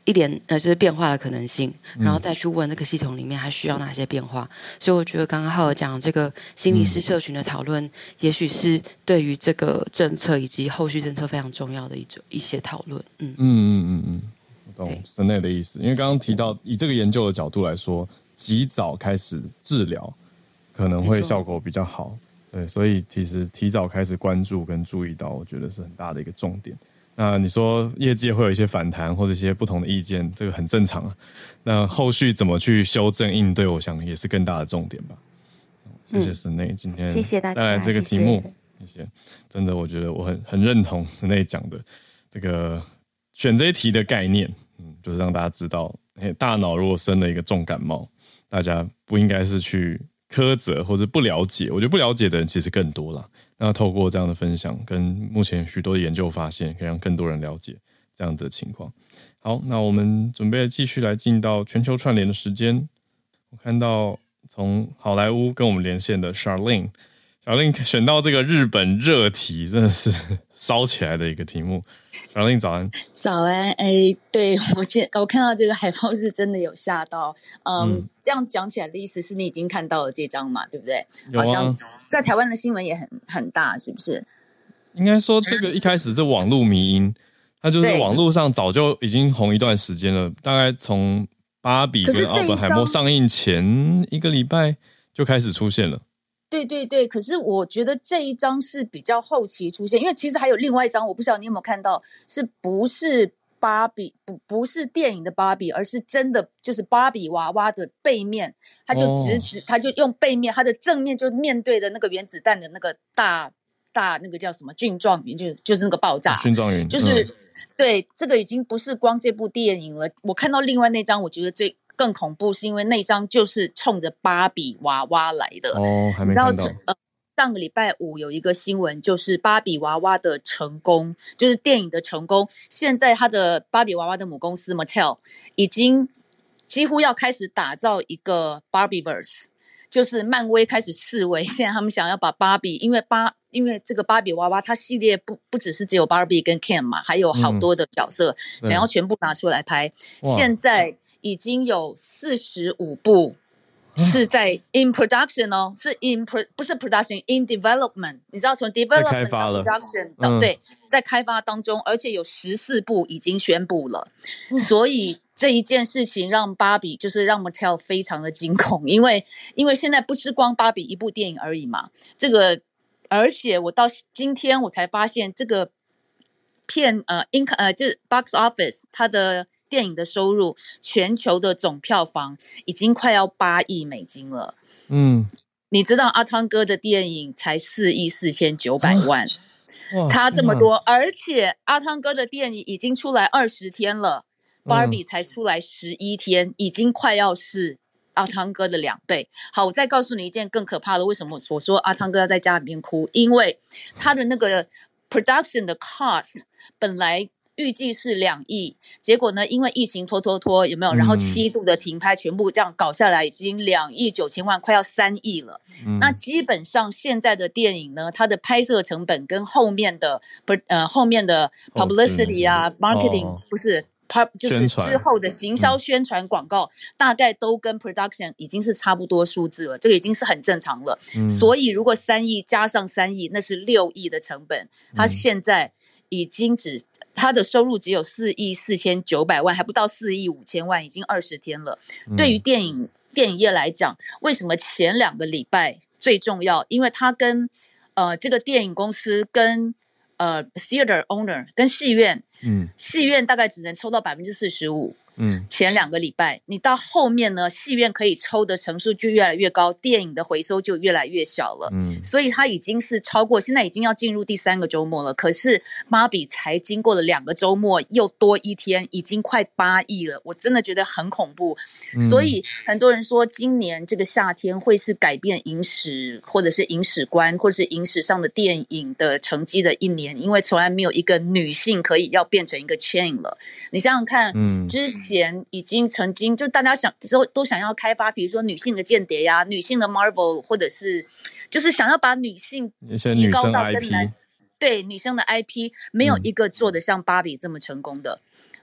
一连呃就是变化的可能性，然后再去问那个系统里面还需要哪些变化。嗯、所以我觉得刚刚浩尔讲这个心理师社群的讨论，嗯、也许是对于这个政策以及后续政策非常重要的一种一些讨论。嗯嗯嗯嗯嗯，我懂神内的意思。因为刚刚提到以这个研究的角度来说，及早开始治疗可能会效果比较好。对，所以其实提早开始关注跟注意到，我觉得是很大的一个重点。那你说业界会有一些反弹或者一些不同的意见，这个很正常啊。那后续怎么去修正应对，我想也是更大的重点吧。谢谢史内、嗯、今天带来这个题目，谢谢。谢谢真的，我觉得我很很认同史内讲的这个选这一题的概念，嗯，就是让大家知道，大脑如果生了一个重感冒，大家不应该是去苛责或者不了解，我觉得不了解的人其实更多啦。那透过这样的分享，跟目前许多的研究发现，可以让更多人了解这样子的情况。好，那我们准备继续来进到全球串联的时间。我看到从好莱坞跟我们连线的 Charlene。Charlene 选到这个日本热题，真的是烧起来的一个题目。Charlene 早安。 早安，哎，对我见我看到这个海报是真的有吓到，嗯，嗯这样讲起来的意思是你已经看到了这张嘛，对不对？ 有啊， 好像在台湾的新闻也很很大，是不是？ 应该说这个一开始是网络迷因，它就是网络上早就已经红一段时间了，大概从芭比跟奥本海默上映前一个礼拜就开始出现了。 对对对，可是我觉得这一张是比较后期出现，因为其实还有另外一张，我不知道你有没有看到，是不是芭比不不是电影的芭比，而是真的就是芭比娃娃的背面，他就直直、哦、他就用背面，他的正面就面对的那个原子弹的那个大大那个叫什么菌状云，就是就是那个爆炸菌状云， 就是、 嗯、 对，这个已经不是光这部电影了。我看到另外那张，我觉得最更恐怖，是因为那张就是冲着芭比娃娃来的。 哦，还没看到。 你知道，呃，上个礼拜五有一个新闻，就是芭比娃娃的成功，就是电影的成功。现在他的芭比娃娃的母公司 Mattel 已经几乎要开始打造一个 Barbieverse， 就是漫威开始示威，现在他们想要把芭比，因为芭因为这个芭比娃娃它系列不不只是只有 Barbie 跟 Ken 嘛，还有好多的角色、嗯、想要全部拿出来拍。现在已经有四十五部是在 in production 哦，是 in pro, 不是 production in development， 你知道从 development 到 production 到、嗯、对，在开发当中，而且有十四部已经宣布了、嗯、所以这一件事情让芭比就是让 Mattel 非常的惊恐，因为因为现在不是光芭比一部电影而已嘛，这个而且我到今天我才发现这个片呃 in 呃就是 box office 它的电影的收入，全球的总票房已经快要八亿美金了。嗯，你知道阿汤哥的电影才四亿四千九百万，差这么多，而且阿汤哥的电影已经出来二十天了、嗯、，Barbie 才出来十一天，已经快要是阿汤哥的两倍。好，我再告诉你一件更可怕的，为什么我说阿汤哥要在家里面哭？因为他的那个 production 的 cost 本来预计是两亿，结果呢，因为疫情拖拖拖，有没有？然后七度的停拍，全部这样搞下来，已经两亿九千万，快要三亿了。嗯、那基本上现在的电影呢，它的拍摄成本跟后面的不呃后面的 publicity 啊、哦、marketing、哦、不是。就是之后的行销宣传广告、嗯、大概都跟 production 已经是差不多数字了，这个已经是很正常了、嗯、所以如果三亿加上三亿，那是六亿的成本，他现在已经只他的收入只有四亿四千九百万，还不到四亿五千万，已经二十天了、嗯、对于电影电影业来讲，为什么前两个礼拜最重要？因为他跟呃这个电影公司跟呃 theater owner 跟戏院，嗯，戏院大概只能抽到百分之四十五，嗯，前两个礼拜，你到后面呢，戏院可以抽的成数就越来越高，电影的回收就越来越小了，嗯，所以它已经是超过，现在已经要进入第三个周末了。可是芭比才经过了两个周末，又多一天，已经快八亿了，我真的觉得很恐怖。嗯、所以很多人说，今年这个夏天会是改变影史或者是影史观，或是影史上的电影的成绩的一年，因为从来没有一个女性可以要变成一个 chain 了。你想想看，嗯，之前前已经曾经就大家想都都想要开发，比如说女性的间谍呀、女性的 Marvel， 或者是就是想要把女性提高到跟男对女生的 I P， 没有一个做得像芭比这么成功的。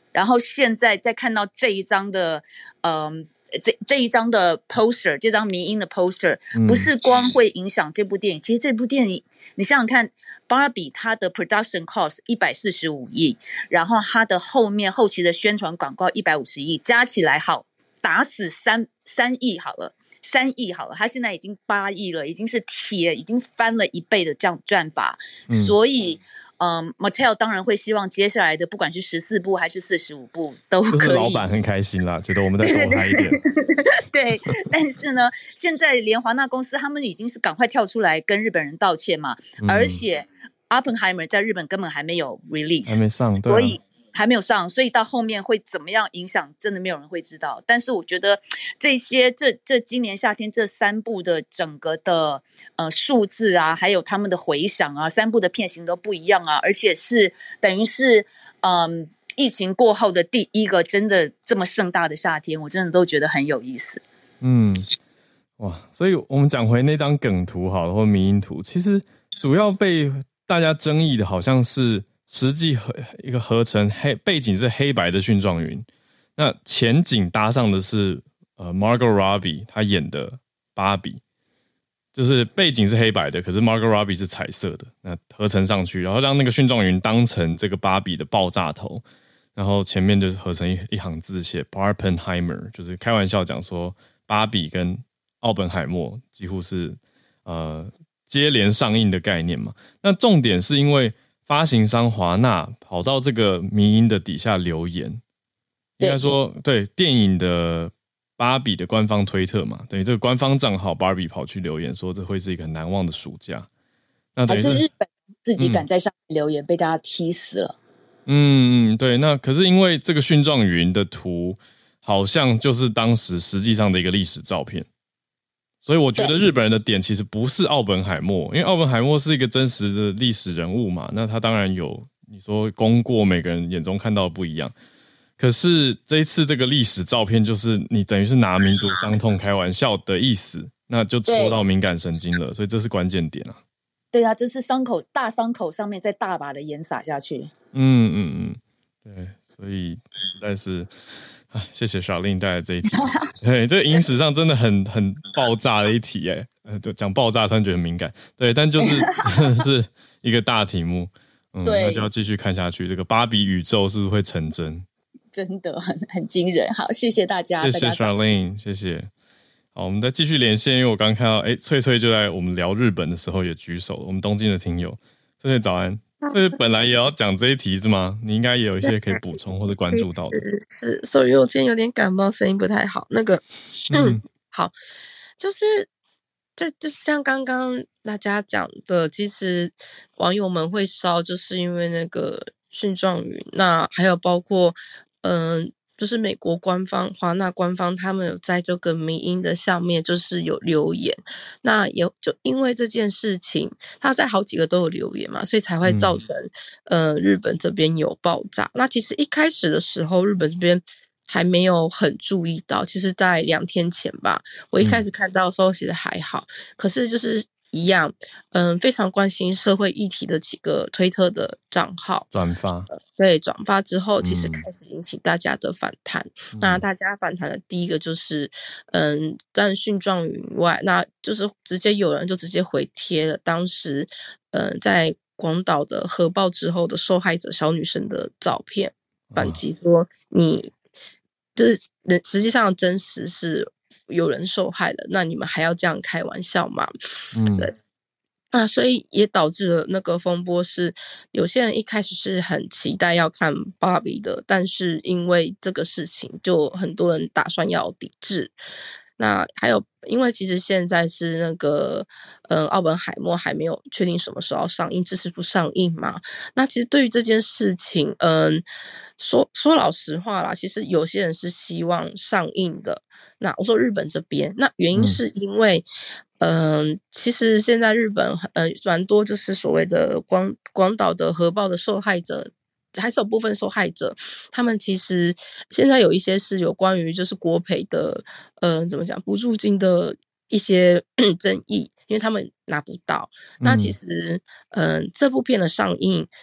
然后现在再看到这一张的，嗯、呃，这这一张的 poster， 这张迷因的 poster，、嗯、不是光会影响这部电影，其实这部电影你想想看，芭比它的 production cost 一百四十五亿，然后它的后面后期的宣传广告一百五十亿，加起来好打死三三亿好了。三亿好了，他现在已经八亿了，已经是铁，已经翻了一倍的这样赚法，嗯、所以，嗯 ，Mattel 当然会希望接下来的不管是十四部还是四十五部都可以。 就是老板很开心啦，觉得我们再多他一点。 对，但是呢，现在连华纳公司他们已经是赶快跳出来跟日本人道歉嘛，嗯、而且 Oppenheimer 在日本根本还没有 release， 还没上，对、啊， 所以。还没有上，所以到后面会怎么样影响，真的没有人会知道。但是我觉得这些这这今年夏天这三部的整个的呃数字啊，还有他们的回响啊，三部的片型都不一样啊，而且是等于是嗯疫情过后的第一个真的这么盛大的夏天，我真的都觉得很有意思。 嗯，哇，所以我们讲回那张梗图好了，或迷因图，其实主要被大家争议的好像是。实际一个合成黑背景是黑白的蕈状云，那前景搭上的是呃 Margot Robbie 她演的芭比，就是背景是黑白的，可是 Margot Robbie 是彩色的，那合成上去，然后让那个蕈状云当成这个芭比的爆炸头，然后前面就是合成 一, 一行字写 Barbenheimer， 就是开玩笑讲说芭比跟奥本海默几乎是呃接连上映的概念嘛。那重点是因为发行商华纳跑到这个迷因的底下留言，应该说对电影的芭比的官方推特嘛，等于这个官方账号芭比跑去留言说这会是一个很难忘的暑假。那等于 是, 还是日本自己敢在上面留言、嗯、被大家踢死了。 嗯嗯，对。那可是因为这个蕈状云的图好像就是当时实际上的一个历史照片。所以我觉得日本人的点其实不是奥本海默，因为奥本海默是一个真实的历史人物嘛，那他当然有你说功过，每个人眼中看到的不一样。可是这一次这个历史照片，就是你等于是拿民族伤痛开玩笑的意思，那就戳到敏感神经了，所以这是关键点啊。 对啊，这是伤口大伤口上面再大把的盐撒下去。 嗯嗯嗯，对，所以实在是。啊，谢谢Charlene带来这一题。对，这个影史上真的很很爆炸的一题哎，呃，就讲爆炸突然觉得很敏感。对，但就是真的是一个大题目，嗯，对，那就要继续看下去，这个芭比宇宙是不是会成真？ 真的很很惊人。好，谢谢大家， 谢谢 Charlene， 谢谢。好，我们再继续连线，因为我刚看到，哎，翠翠就在我们聊日本的时候也举手，我们东京的听友，翠翠早安。所以本来也要讲这一题是吗？你应该也有一些可以补充或者关注到的。 是，所以我今天有点感冒，声音不太好。那个，嗯，好，就是就就像刚刚大家讲的，其实网友们会烧，就是因为那个蕈状云，那还有包括，嗯、呃。就是美国官方华纳官方他们有在这个迷因的上面就是有留言，那也就因为这件事情他在好几个都有留言嘛，所以才会造成、嗯、呃日本这边有爆炸。那其实一开始的时候日本这边还没有很注意到，其实在两天前吧，我一开始看到的时候其实还好、嗯、可是就是一样，嗯，非常关心社会议题的几个推特的账号转发， 对，转发之后，其实开始引起大家的反弹。嗯、那大家反弹的第一个就是，嗯，但蕈状云外，那就是直接有人就直接回贴了当时，嗯，在广岛的核爆之后的受害者小女生的照片，反击说你就是实际上真实是。有人受害了，那你们还要这样开玩笑吗？嗯，对。那所以也导致了那个风波是，有些人一开始是很期待要看芭比的，但是因为这个事情，就很多人打算要抵制。那还有，因为其实现在是那个，嗯，奥本海默还没有确定什么时候要上映，支持不上映嘛。那其实对于这件事情，嗯，说说老实话啦，其实有些人是希望上映的。那我说日本这边，那原因是因为，嗯，呃、其实现在日本呃蛮多就是所谓的广广岛的核爆的受害者。还是有部分受害者，他们其实现在有一些是有关于就是国赔的，呃，怎么讲补助金的一些争议，因为他们拿不到。嗯、那其实，嗯、呃，这部片的上映，因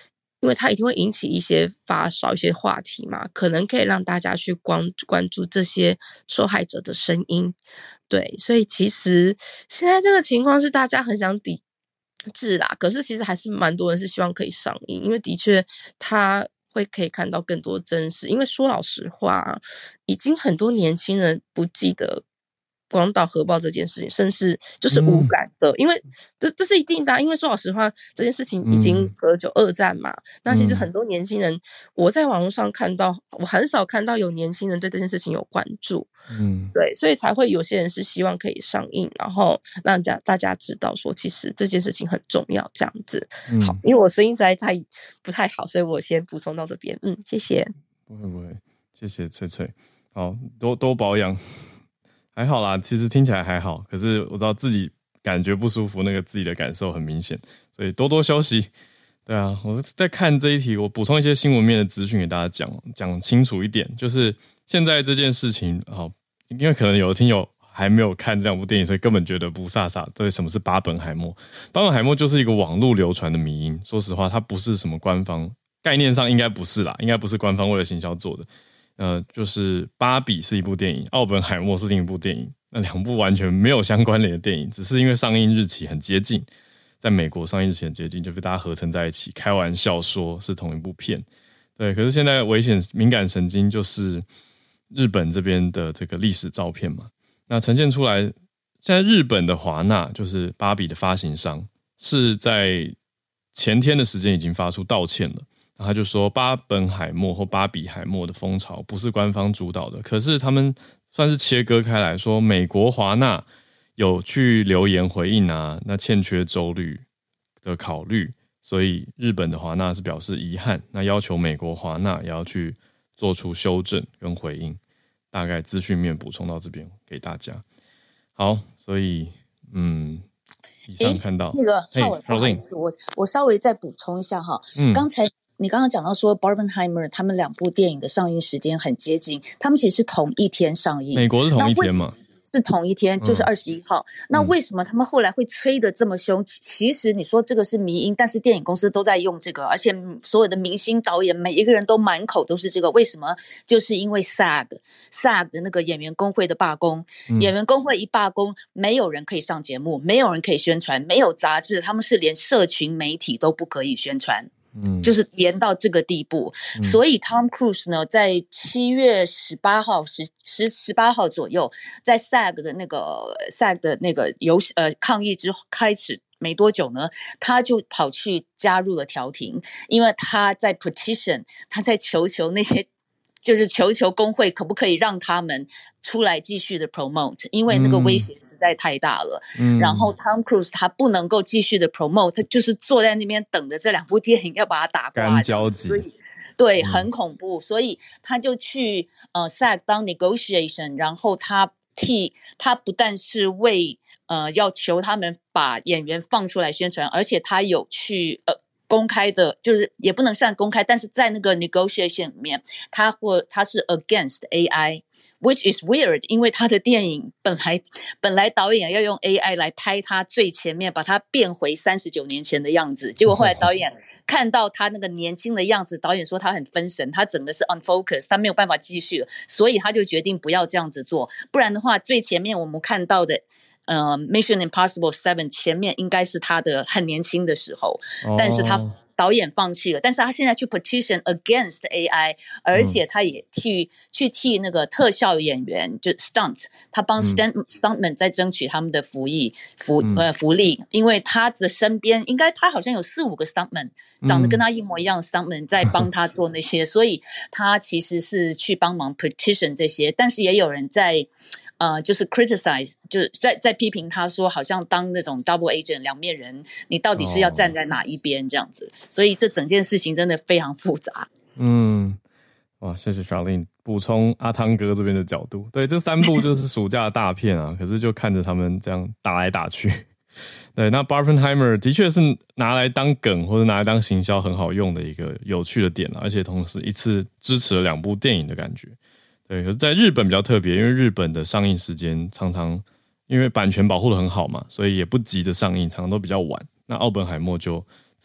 因为它一定会引起一些发烧、一些话题嘛，可能可以让大家去关关注这些受害者的声音。对，所以其实现在这个情况是大家很想抵制啦，可是其实还是蛮多人是希望可以上映，因为的确它会可以看到更多真实。因为说老实话，已经很多年轻人不记得广岛核爆这件事情，甚至就是无感的，嗯、因为这这是一定的、啊。因为说老实话，这件事情已经隔久二战嘛、嗯，那其实很多年轻人，我在网络上看到，我很少看到有年轻人对这件事情有关注，嗯，对，所以才会有些人是希望可以上映，然后让大家大家知道说，其实这件事情很重要，这样子。嗯、好，因为我声音实在太不太好，所以我先补充到这边。嗯，谢谢。 不会不会，谢谢翠翠。好，多多保养。还好啦，其实听起来还好，可是我知道自己感觉不舒服，那个自己的感受很明显，所以多多休息。对啊，我在看这一题，我补充一些新闻面的资讯给大家讲讲清楚一点，就是现在这件事情，好，因为可能有的听友还没有看这两部电影，所以根本觉得不飒飒。对，什么是巴本海默？巴本海默就是一个网络流传的迷因，说实话，它不是什么官方概念上应该不是啦，应该不是官方为了行销做的。呃，就是芭比是一部电影，奥本海默是另一部电影，那两部完全没有相关联的电影，只是因为上映日期很接近，在美国上映日期很接近，就被大家合成在一起，开玩笑说是同一部片。对，可是现在危险敏感神经就是日本这边的这个历史照片嘛，那呈现出来，现在日本的华纳就是芭比的发行商，是在前天的时间已经发出道歉了。然后他就说巴本海默或巴比海默的风潮不是官方主导的，可是他们算是切割开来说，美国华纳有去留言回应啊，那欠缺周率的考虑，所以日本的华纳是表示遗憾，那要求美国华纳也要去做出修正跟回应。大概资讯面补充到这边给大家。好，所以嗯，以上看到那个浩文，不好意思，我我稍微再补充一下哈，嗯，刚才。你刚刚讲到说 Barbenheimer 他们两部电影的上映时间很接近，他们其实是同一天上映。 美国是同一天吗？ 是同一天，就是二十一号、嗯。那为什么他们后来会催得这么凶？其实你说这个是迷因，但是电影公司都在用这个，而且所有的明星导演每一个人都满口都是这个。为什么？就是因为 SAG SAG 的那个演员工会的罢工、嗯，演员工会一罢工，没有人可以上节目，没有人可以宣传，没有杂志，他们是连社群媒体都不可以宣传。嗯，就是严到这个地步、嗯、所以 Tom Cruise 呢在七月十八号十十十八号左右，在 SAG 的那个 SAG 的那个游呃抗议之后开始没多久呢，他就跑去加入了调停，因为他在 petition， 他在求求那些就是求求工会可不可以让他们出来继续的 promote， 因为那个威胁实在太大了、嗯、然后 Tom Cruise 他不能够继续的 promote， 他就是坐在那边等着这两部电影要把他打挂， 干焦急， 所以对、嗯、很恐怖，所以他就去呃 SAG 当 negotiation， 然后他替他不但是为呃要求他们把演员放出来宣传，而且他有去呃公开的，就是也不能算公开，但是在那个 negotiation 里面，他或他是 against A I，which is weird， 因为他的电影本来本来导演要用 A I 来拍他最前面，把他变回三十九年前的样子，结果后来导演看到他那个年轻的样子，导演说他很分神，他整个是 unfocused， 他没有办法继续了，所以他就决定不要这样子做，不然的话，最前面我们看到的。呃 Mission Impossible seven 前面应该是他的很年轻的时候、哦、但是他导演放弃了，但是他现在去 petition against A I， 而且他也替、嗯、去替那个特效演员就 stunt， 他帮 stunt、嗯、stuntman 在争取他们的福利福、嗯、呃福利，因为他的身边应该他好像有四五个 stuntman 长得跟他一模一样的 stuntman 在帮他做那些、嗯、所以他其实是去帮忙 petition 这些，但是也有人在呃，就是 criticize， 就是在在批评他说，好像当那种 double agent 两面人，你到底是要站在哪一边这样子、哦？所以这整件事情真的非常复杂。 嗯，哇，谢谢 Charlene 补充阿汤哥这边的角度。对，这三部就是暑假大片啊，可是就看着他们这样打来打去。对，那 Barbenheimer 的确是拿来当梗或者拿来当行销很好用的一个有趣的点，而且同时一次支持了两部电影的感觉。对，可是在日本比较特别，因为日本的上映时间常常因为版权保护得很好嘛，所以也不急着上映，常常都比较晚。那奥本海默就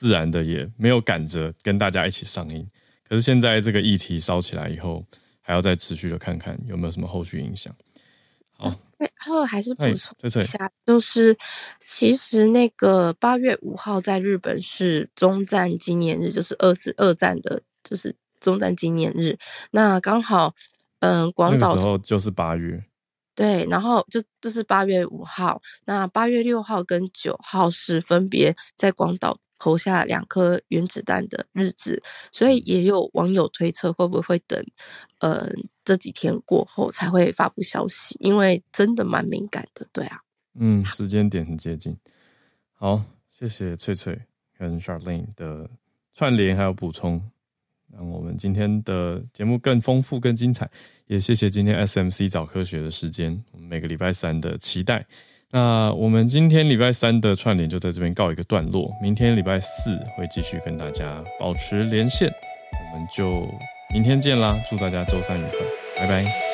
自然的也没有赶着跟大家一起上映。可是现在这个议题烧起来以后，还要再持续的看看有没有什么后续影响。好， 对，还有还是补充一下，就是其实那个八月五号在日本是终战纪念日，就是二次二战的，就是终战纪念日。那刚好，嗯、呃，广岛那个时候就是八月。 对，然后就这是八月五号，那八月六号跟九号是分别在广岛投下两颗原子弹的日子，所以也有网友推测会不会等，呃，这几天过后才会发布消息，因为真的蛮敏感的，对啊。 嗯，时间点很接近。好，谢谢翠翠跟 Charlene 的串联还有补充，让我们今天的节目更丰富更精彩。也谢谢今天 S M C 早科学的时间，我们每个礼拜三的期待。那我们今天礼拜三的串联就在这边告一个段落，明天礼拜四会继续跟大家保持连线，我们就明天见啦！祝大家周三愉快，拜拜。